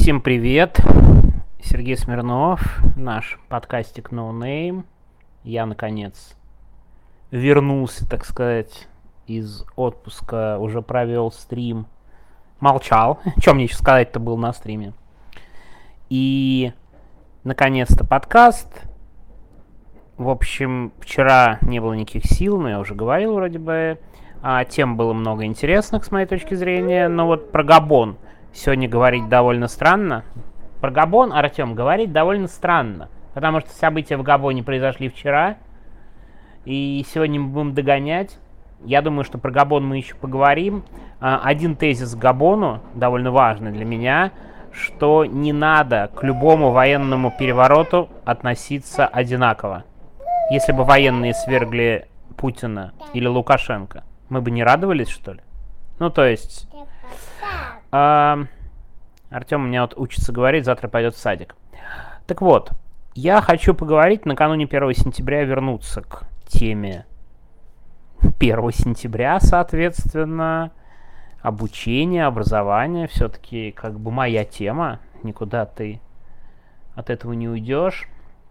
Всем привет! Сергей Смирнов, наш подкастик No Name. Я, наконец, вернулся, так сказать, из отпуска, уже провел стрим. Молчал. Что мне еще сказать-то был на стриме? И, наконец-то, подкаст. В общем, вчера не было никаких сил, но я уже говорил вроде бы. Тем было много интересных, с моей точки зрения. Но вот про Габон сегодня говорить довольно странно. Про Габон, Артем, говорить довольно странно. Потому что события в Габоне произошли вчера. И сегодня мы будем догонять. Я думаю, что про Габон мы еще поговорим. Один тезис к Габону, довольно важный для меня, что не надо к любому военному перевороту относиться одинаково. Если бы военные свергли Путина или Лукашенко, мы бы не радовались, что ли? Ну, то есть... Артем у меня вот учится говорить, завтра пойдет в садик. Так вот, я хочу поговорить накануне 1 сентября, вернуться к теме 1 сентября, соответственно, обучение, образование. Все-таки как бы моя тема, никуда ты от этого не уйдешь.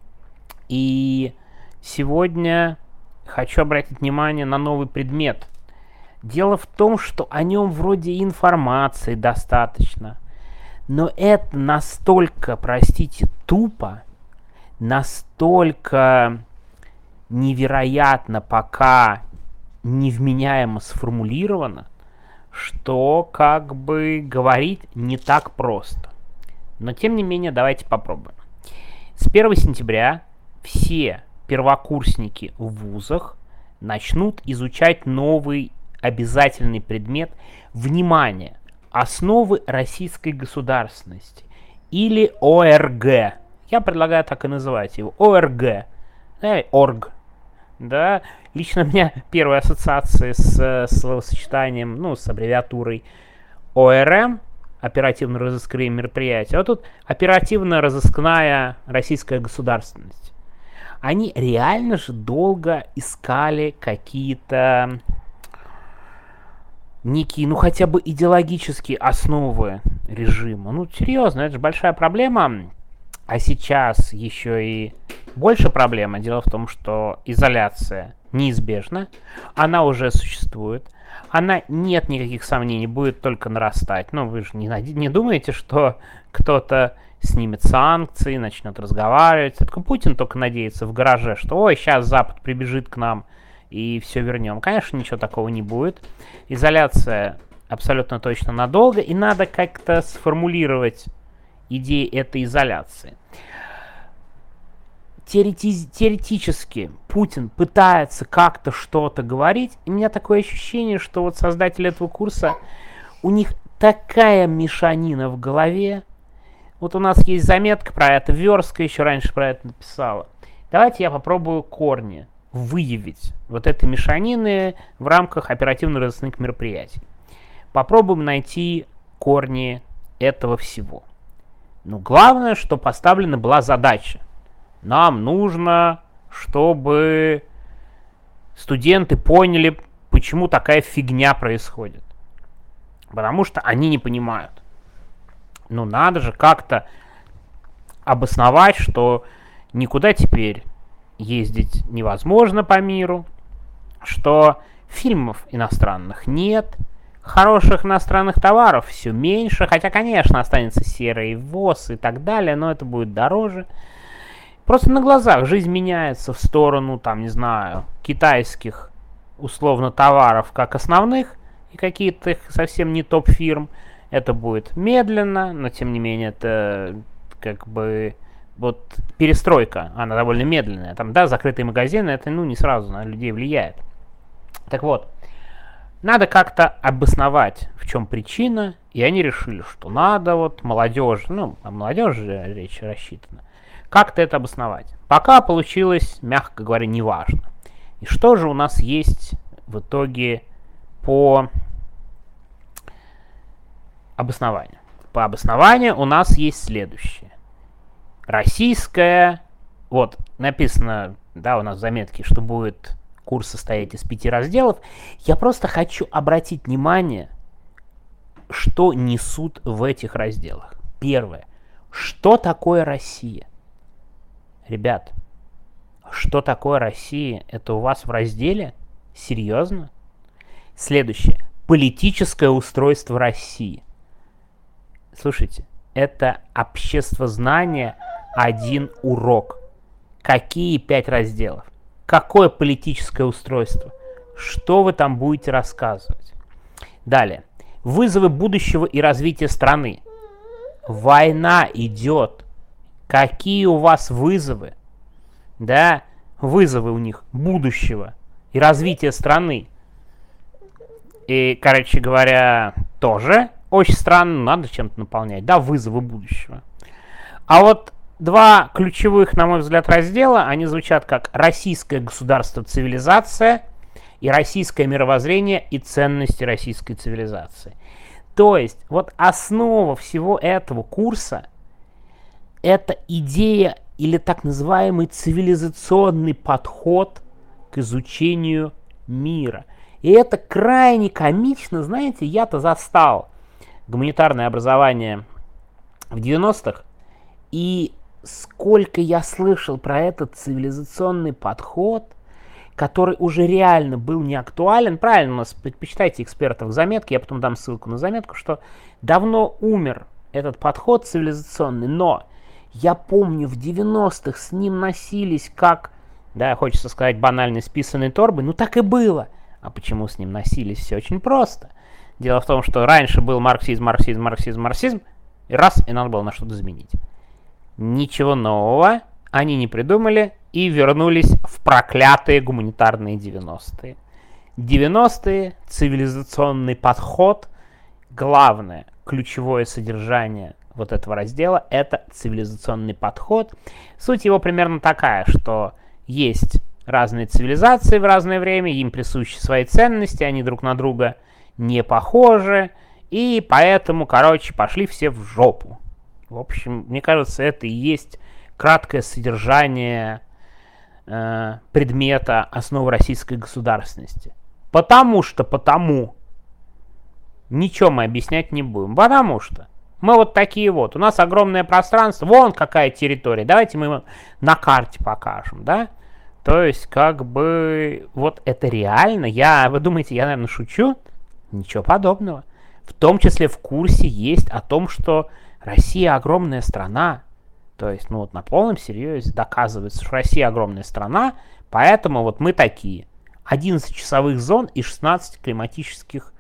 И сегодня хочу обратить внимание на новый предмет. Дело в том, что о нем вроде информации достаточно, но это настолько, простите, тупо, настолько невероятно пока невменяемо сформулировано, что как бы говорить не так просто. Но тем не менее, давайте попробуем. С 1 сентября все первокурсники в вузах начнут изучать новый обязательный предмет, внимание, основы российской государственности, или ОРГ. Я предлагаю так и называть его, ОРГ, ОРГ. Да, лично у меня первые ассоциации с словосочетанием, с аббревиатурой ОРМ, оперативно-розыскные мероприятия, а тут оперативно-розыскная российская государственность. Они реально же долго искали какие-то некие, хотя бы идеологические основы режима. Серьезно, это же большая проблема. А сейчас еще и больше проблема. Дело в том, что изоляция неизбежна. Она уже существует. Она, нет никаких сомнений, будет только нарастать. Вы же не думаете, что кто-то снимет санкции, начнет разговаривать. Только Путин только надеется в гараже, что сейчас Запад прибежит к нам и все вернем. Конечно, ничего такого не будет. Изоляция абсолютно точно надолго, и надо как-то сформулировать идеи этой изоляции. Теоретически Путин пытается как-то что-то говорить, и у меня такое ощущение, что вот создатели этого курса, у них такая мешанина в голове. Вот у нас есть заметка про это, Верстка еще раньше про это написала. Давайте я попробую корни выявить вот этой мешанины в рамках оперативно-розыскных мероприятий. Попробуем найти корни этого всего. Главное, что поставлена была задача. Нам нужно, чтобы студенты поняли, почему такая фигня происходит. Потому что они не понимают. Надо же как-то обосновать, что никуда теперь ездить невозможно по миру, что фильмов иностранных нет, хороших иностранных товаров все меньше, хотя, конечно, останется серый ВОЗ и так далее, но это будет дороже. Просто на глазах жизнь меняется в сторону, китайских, условно, товаров как основных и каких-то совсем не топ-фирм. Это будет медленно, но, тем не менее, это как бы... Вот перестройка, она довольно медленная. Закрытые магазины, это не сразу на людей влияет. Так вот, надо как-то обосновать, в чем причина, и они решили, что надо молодежь, о молодежи же речь рассчитана, как-то это обосновать. Пока получилось, мягко говоря, неважно. И что же у нас есть в итоге по обоснованию? По обоснованию у нас есть следующее. Российская, написано, у нас в заметке, что будет курс состоять из 5 разделов. Я просто хочу обратить внимание, что несут в этих разделах. Первое. Что такое Россия? Ребят, что такое Россия? Это у вас в разделе? Серьезно? Следующее. Политическое устройство России. Слушайте, это обществознание, один урок. Какие 5 разделов? Какое политическое устройство? Что вы там будете рассказывать? Далее. Вызовы будущего и развития страны. Война идет. Какие у вас вызовы? Да, вызовы у них будущего и развития страны. И, короче говоря, тоже очень странно, надо чем-то наполнять. Да, вызовы будущего. А вот 2 ключевых, на мой взгляд, раздела, они звучат как «Российское государство, цивилизация» и «Российское мировоззрение и ценности российской цивилизации». То есть, вот основа всего этого курса – это идея или так называемый цивилизационный подход к изучению мира. И это крайне комично, знаете, я-то застал гуманитарное образование в 90-х, и сколько я слышал про этот цивилизационный подход, который уже реально был не актуален. Правильно, у нас почитайте экспертов заметки, я потом дам ссылку на заметку, что давно умер этот подход цивилизационный, но я помню, в 90-х с ним носились как, да, хочется сказать, банальной списанной торбой, ну так и было. А почему с ним носились? Все очень просто. Дело в том, что раньше был марксизм, и раз, и надо было на что-то заменить. Ничего нового они не придумали и вернулись в проклятые гуманитарные 90-е. 90-е, цивилизационный подход, главное, ключевое содержание вот этого раздела – это цивилизационный подход. Суть его примерно такая, что есть разные цивилизации в разное время, им присущи свои ценности, они друг на друга не похожи, и поэтому, короче, пошли все в жопу. В общем, мне кажется, это и есть краткое содержание предмета основы российской государственности. Потому. Ничего мы объяснять не будем. Потому что мы вот такие вот. У нас огромное пространство. Вон какая территория. Давайте мы на карте покажем, да? То есть, как бы, вот это реально. Вы думаете, я, наверное, шучу? Ничего подобного. В том числе в курсе есть о том, что Россия огромная страна. То есть, ну вот на полном серьезе доказывается, что Россия огромная страна, поэтому вот мы такие. 11 часовых зон и 16 климатических,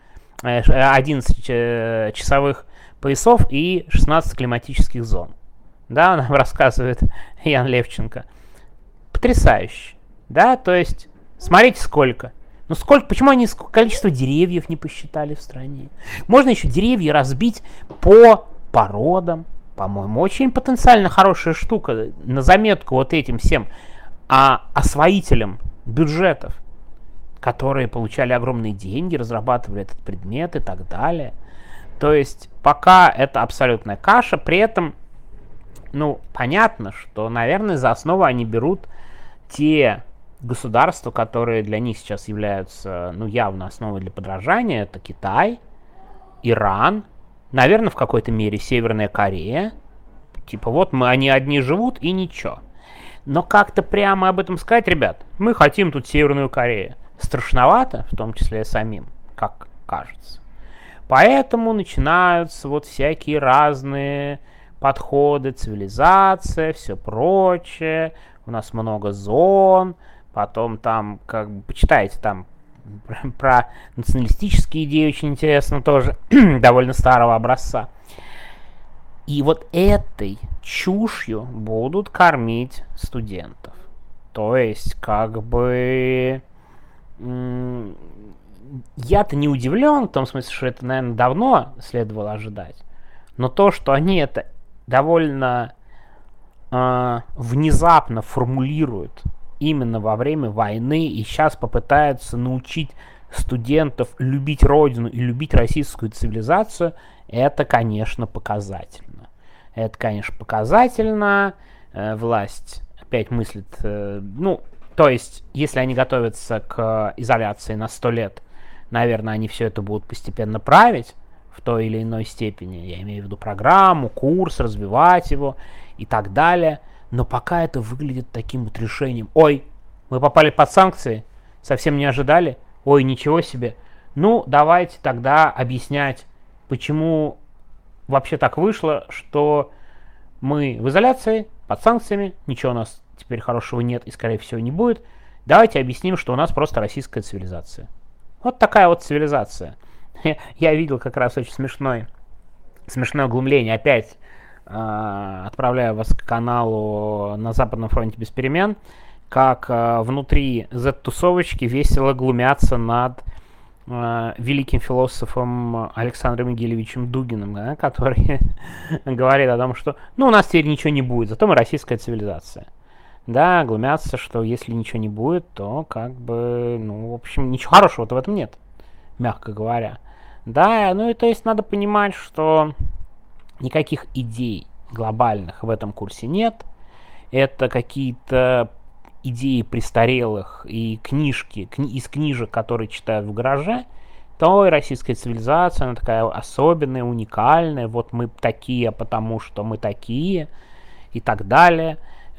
11 часовых поясов и 16 климатических зон. Да, нам рассказывает Ян Левченко. Потрясающе. Да, то есть, смотрите сколько. Ну сколько, почему они количество деревьев не посчитали в стране? Можно еще деревья разбить по породам. По-моему, очень потенциально хорошая штука. На заметку вот этим всем освоителям бюджетов, которые получали огромные деньги, разрабатывали этот предмет и так далее. То есть пока это абсолютная каша, при этом, ну, понятно, что, наверное, за основу они берут те государства, которые для них сейчас являются, ну, явно основой для подражания. Это Китай, Иран, наверное, в какой-то мере Северная Корея. Типа вот они одни живут и ничего. Но как-то прямо об этом сказать, ребят, мы хотим тут Северную Корею. Страшновато, в том числе самим, как кажется. Поэтому начинаются вот всякие разные подходы, цивилизация, все прочее. У нас много зон. Потом там, как бы, почитайте там про националистические идеи, очень интересно тоже, довольно старого образца. И вот этой чушью будут кормить студентов. То есть, как бы, я-то не удивлен, в том смысле, что это, наверное, давно следовало ожидать. Но то, что они это довольно внезапно формулируют именно во время войны и сейчас попытаются научить студентов любить Родину и любить российскую цивилизацию, это, конечно, показательно. Это, конечно, показательно. Власть опять мыслит, ну, то есть, если они готовятся к изоляции на 100 лет, наверное, они все это будут постепенно править. в той или иной степени. Я имею в виду программу, курс, развивать его и так далее. Но пока это выглядит таким вот решением. Ой, мы попали под санкции, совсем не ожидали. Ой, ничего себе. Ну, давайте тогда объяснять, почему вообще так вышло, что мы в изоляции, под санкциями, ничего у нас теперь хорошего нет и, скорее всего, не будет. Давайте объясним, что у нас просто российская цивилизация. Вот такая вот цивилизация. Я видел как раз очень смешное углумление. Опять отправляю вас к каналу «На Западном фронте без перемен», как внутри Z-тусовочки весело глумятся над великим философом Александром Игилевичем Дугиным, да, который говорит о том, что ну, у нас теперь ничего не будет, зато мы российская цивилизация. Да, глумятся, что если ничего не будет, то как бы, ну, в общем, ничего хорошего-то в этом нет, мягко говоря. Да, ну и то есть надо понимать, что никаких идей глобальных в этом курсе нет. Это какие-то идеи престарелых и книжки, из книжек, которые читают в гараже. То и российская цивилизация, она такая особенная, уникальная. Вот мы такие, потому что мы такие и так далее.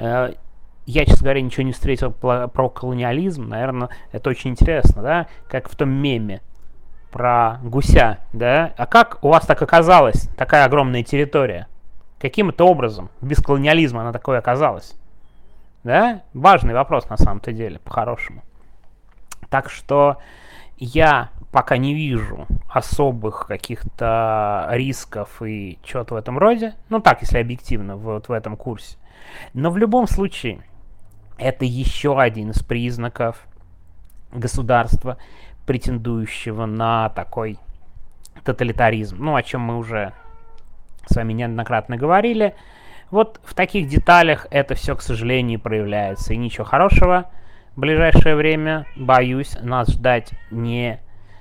Я, честно говоря, ничего не встретил про колониализм. Наверное, это очень интересно, да? Как в том меме про гуся, да? А как у вас так оказалась такая огромная территория? Каким это образом без колониализма она такой оказалась? Да? Важный вопрос на самом-то деле, по-хорошему. Так что я пока не вижу особых каких-то рисков и чего-то в этом роде. Ну так, если объективно, вот в этом курсе. Но в любом случае, это еще один из признаков государства, претендующего на такой тоталитаризм. Ну, о чем мы уже с вами неоднократно говорили. Вот в таких деталях это все, к сожалению, проявляется. И ничего хорошего в ближайшее время, боюсь, нас ждать не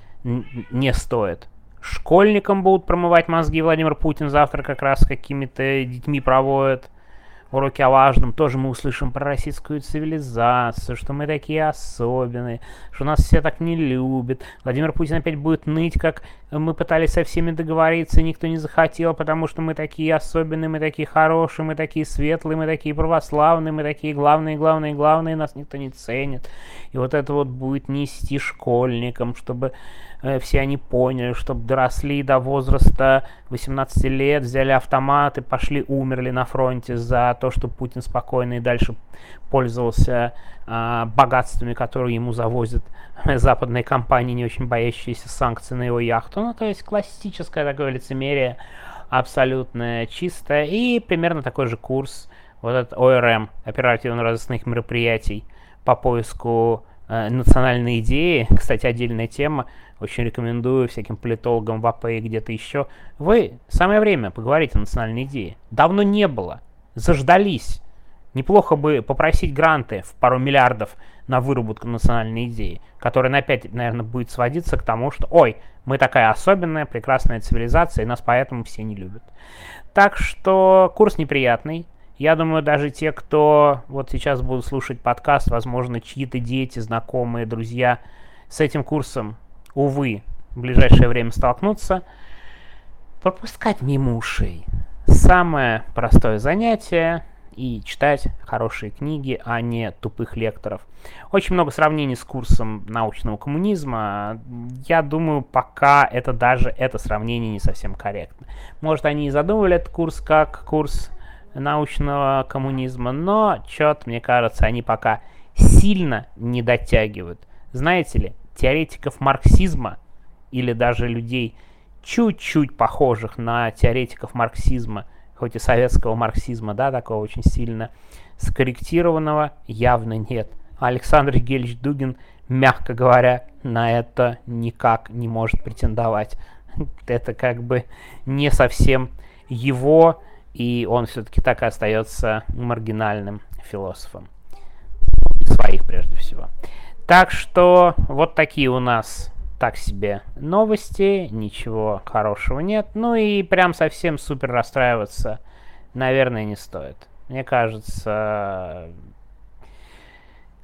стоит. Школьникам будут промывать мозги Владимир Путин завтра как раз с какими-то детьми проводит уроки о важном. Тоже мы услышим про российскую цивилизацию, что мы такие особенные, что нас все так не любят. Владимир Путин опять будет ныть, как мы пытались со всеми договориться, никто не захотел, потому что мы такие особенные, мы такие хорошие, мы такие светлые, мы такие православные, мы такие главные, нас никто не ценит. И вот это вот будет нести школьникам, чтобы все они поняли, чтобы доросли до возраста 18 лет, взяли автоматы, пошли, умерли на фронте за то, что Путин спокойно и дальше пользовался богатствами, которые ему завозят западные компании, не очень боящиеся санкций на его яхту. Ну, то есть классическое такое лицемерие, абсолютно чистое. И примерно такой же курс, вот этот ОРМ, оперативно-розыскных мероприятий по поиску национальной идеи. Кстати, отдельная тема. Очень рекомендую всяким политологам в АП и где-то еще. Самое время поговорить о национальной идее. Давно не было. Заждались. Неплохо бы попросить гранты в пару миллиардов на выработку национальной идеи, которая опять, наверное, будет сводиться к тому, что ой, мы такая особенная, прекрасная цивилизация, и нас поэтому все не любят. Так что курс неприятный. Я думаю, даже те, кто вот сейчас будут слушать подкаст, возможно, чьи-то дети, знакомые, друзья с этим курсом, увы, в ближайшее время столкнутся. Пропускать мимо ушей. Самое простое занятие и читать хорошие книги, а не тупых лекторов. Очень много сравнений с курсом научного коммунизма. Я думаю, пока это сравнение не совсем корректно. Может, они и задумывали этот курс как курс научного коммунизма, но что-то, мне кажется, они пока сильно не дотягивают. Знаете ли, теоретиков марксизма или даже людей, чуть-чуть похожих на теоретиков марксизма, хоть и советского марксизма, да, такого очень сильно скорректированного, явно нет. Александр Игильевич Дугин, мягко говоря, на это никак не может претендовать. Это как бы не совсем его, и он все-таки так и остается маргинальным философом. Своих прежде всего. Так что вот такие у нас так себе новости, ничего хорошего нет. Ну и прям совсем супер расстраиваться, наверное, не стоит. Мне кажется,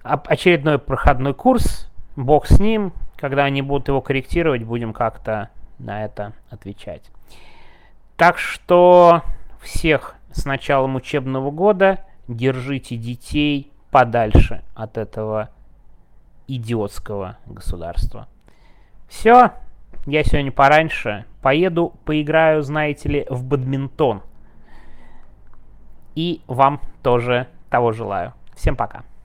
очередной проходной курс, бог с ним. Когда они будут его корректировать, будем как-то на это отвечать. Так что всех с началом учебного года держите детей подальше от этого идиотского государства. Все, я сегодня пораньше поеду, поиграю, знаете ли, в бадминтон. И вам тоже того желаю. Всем пока.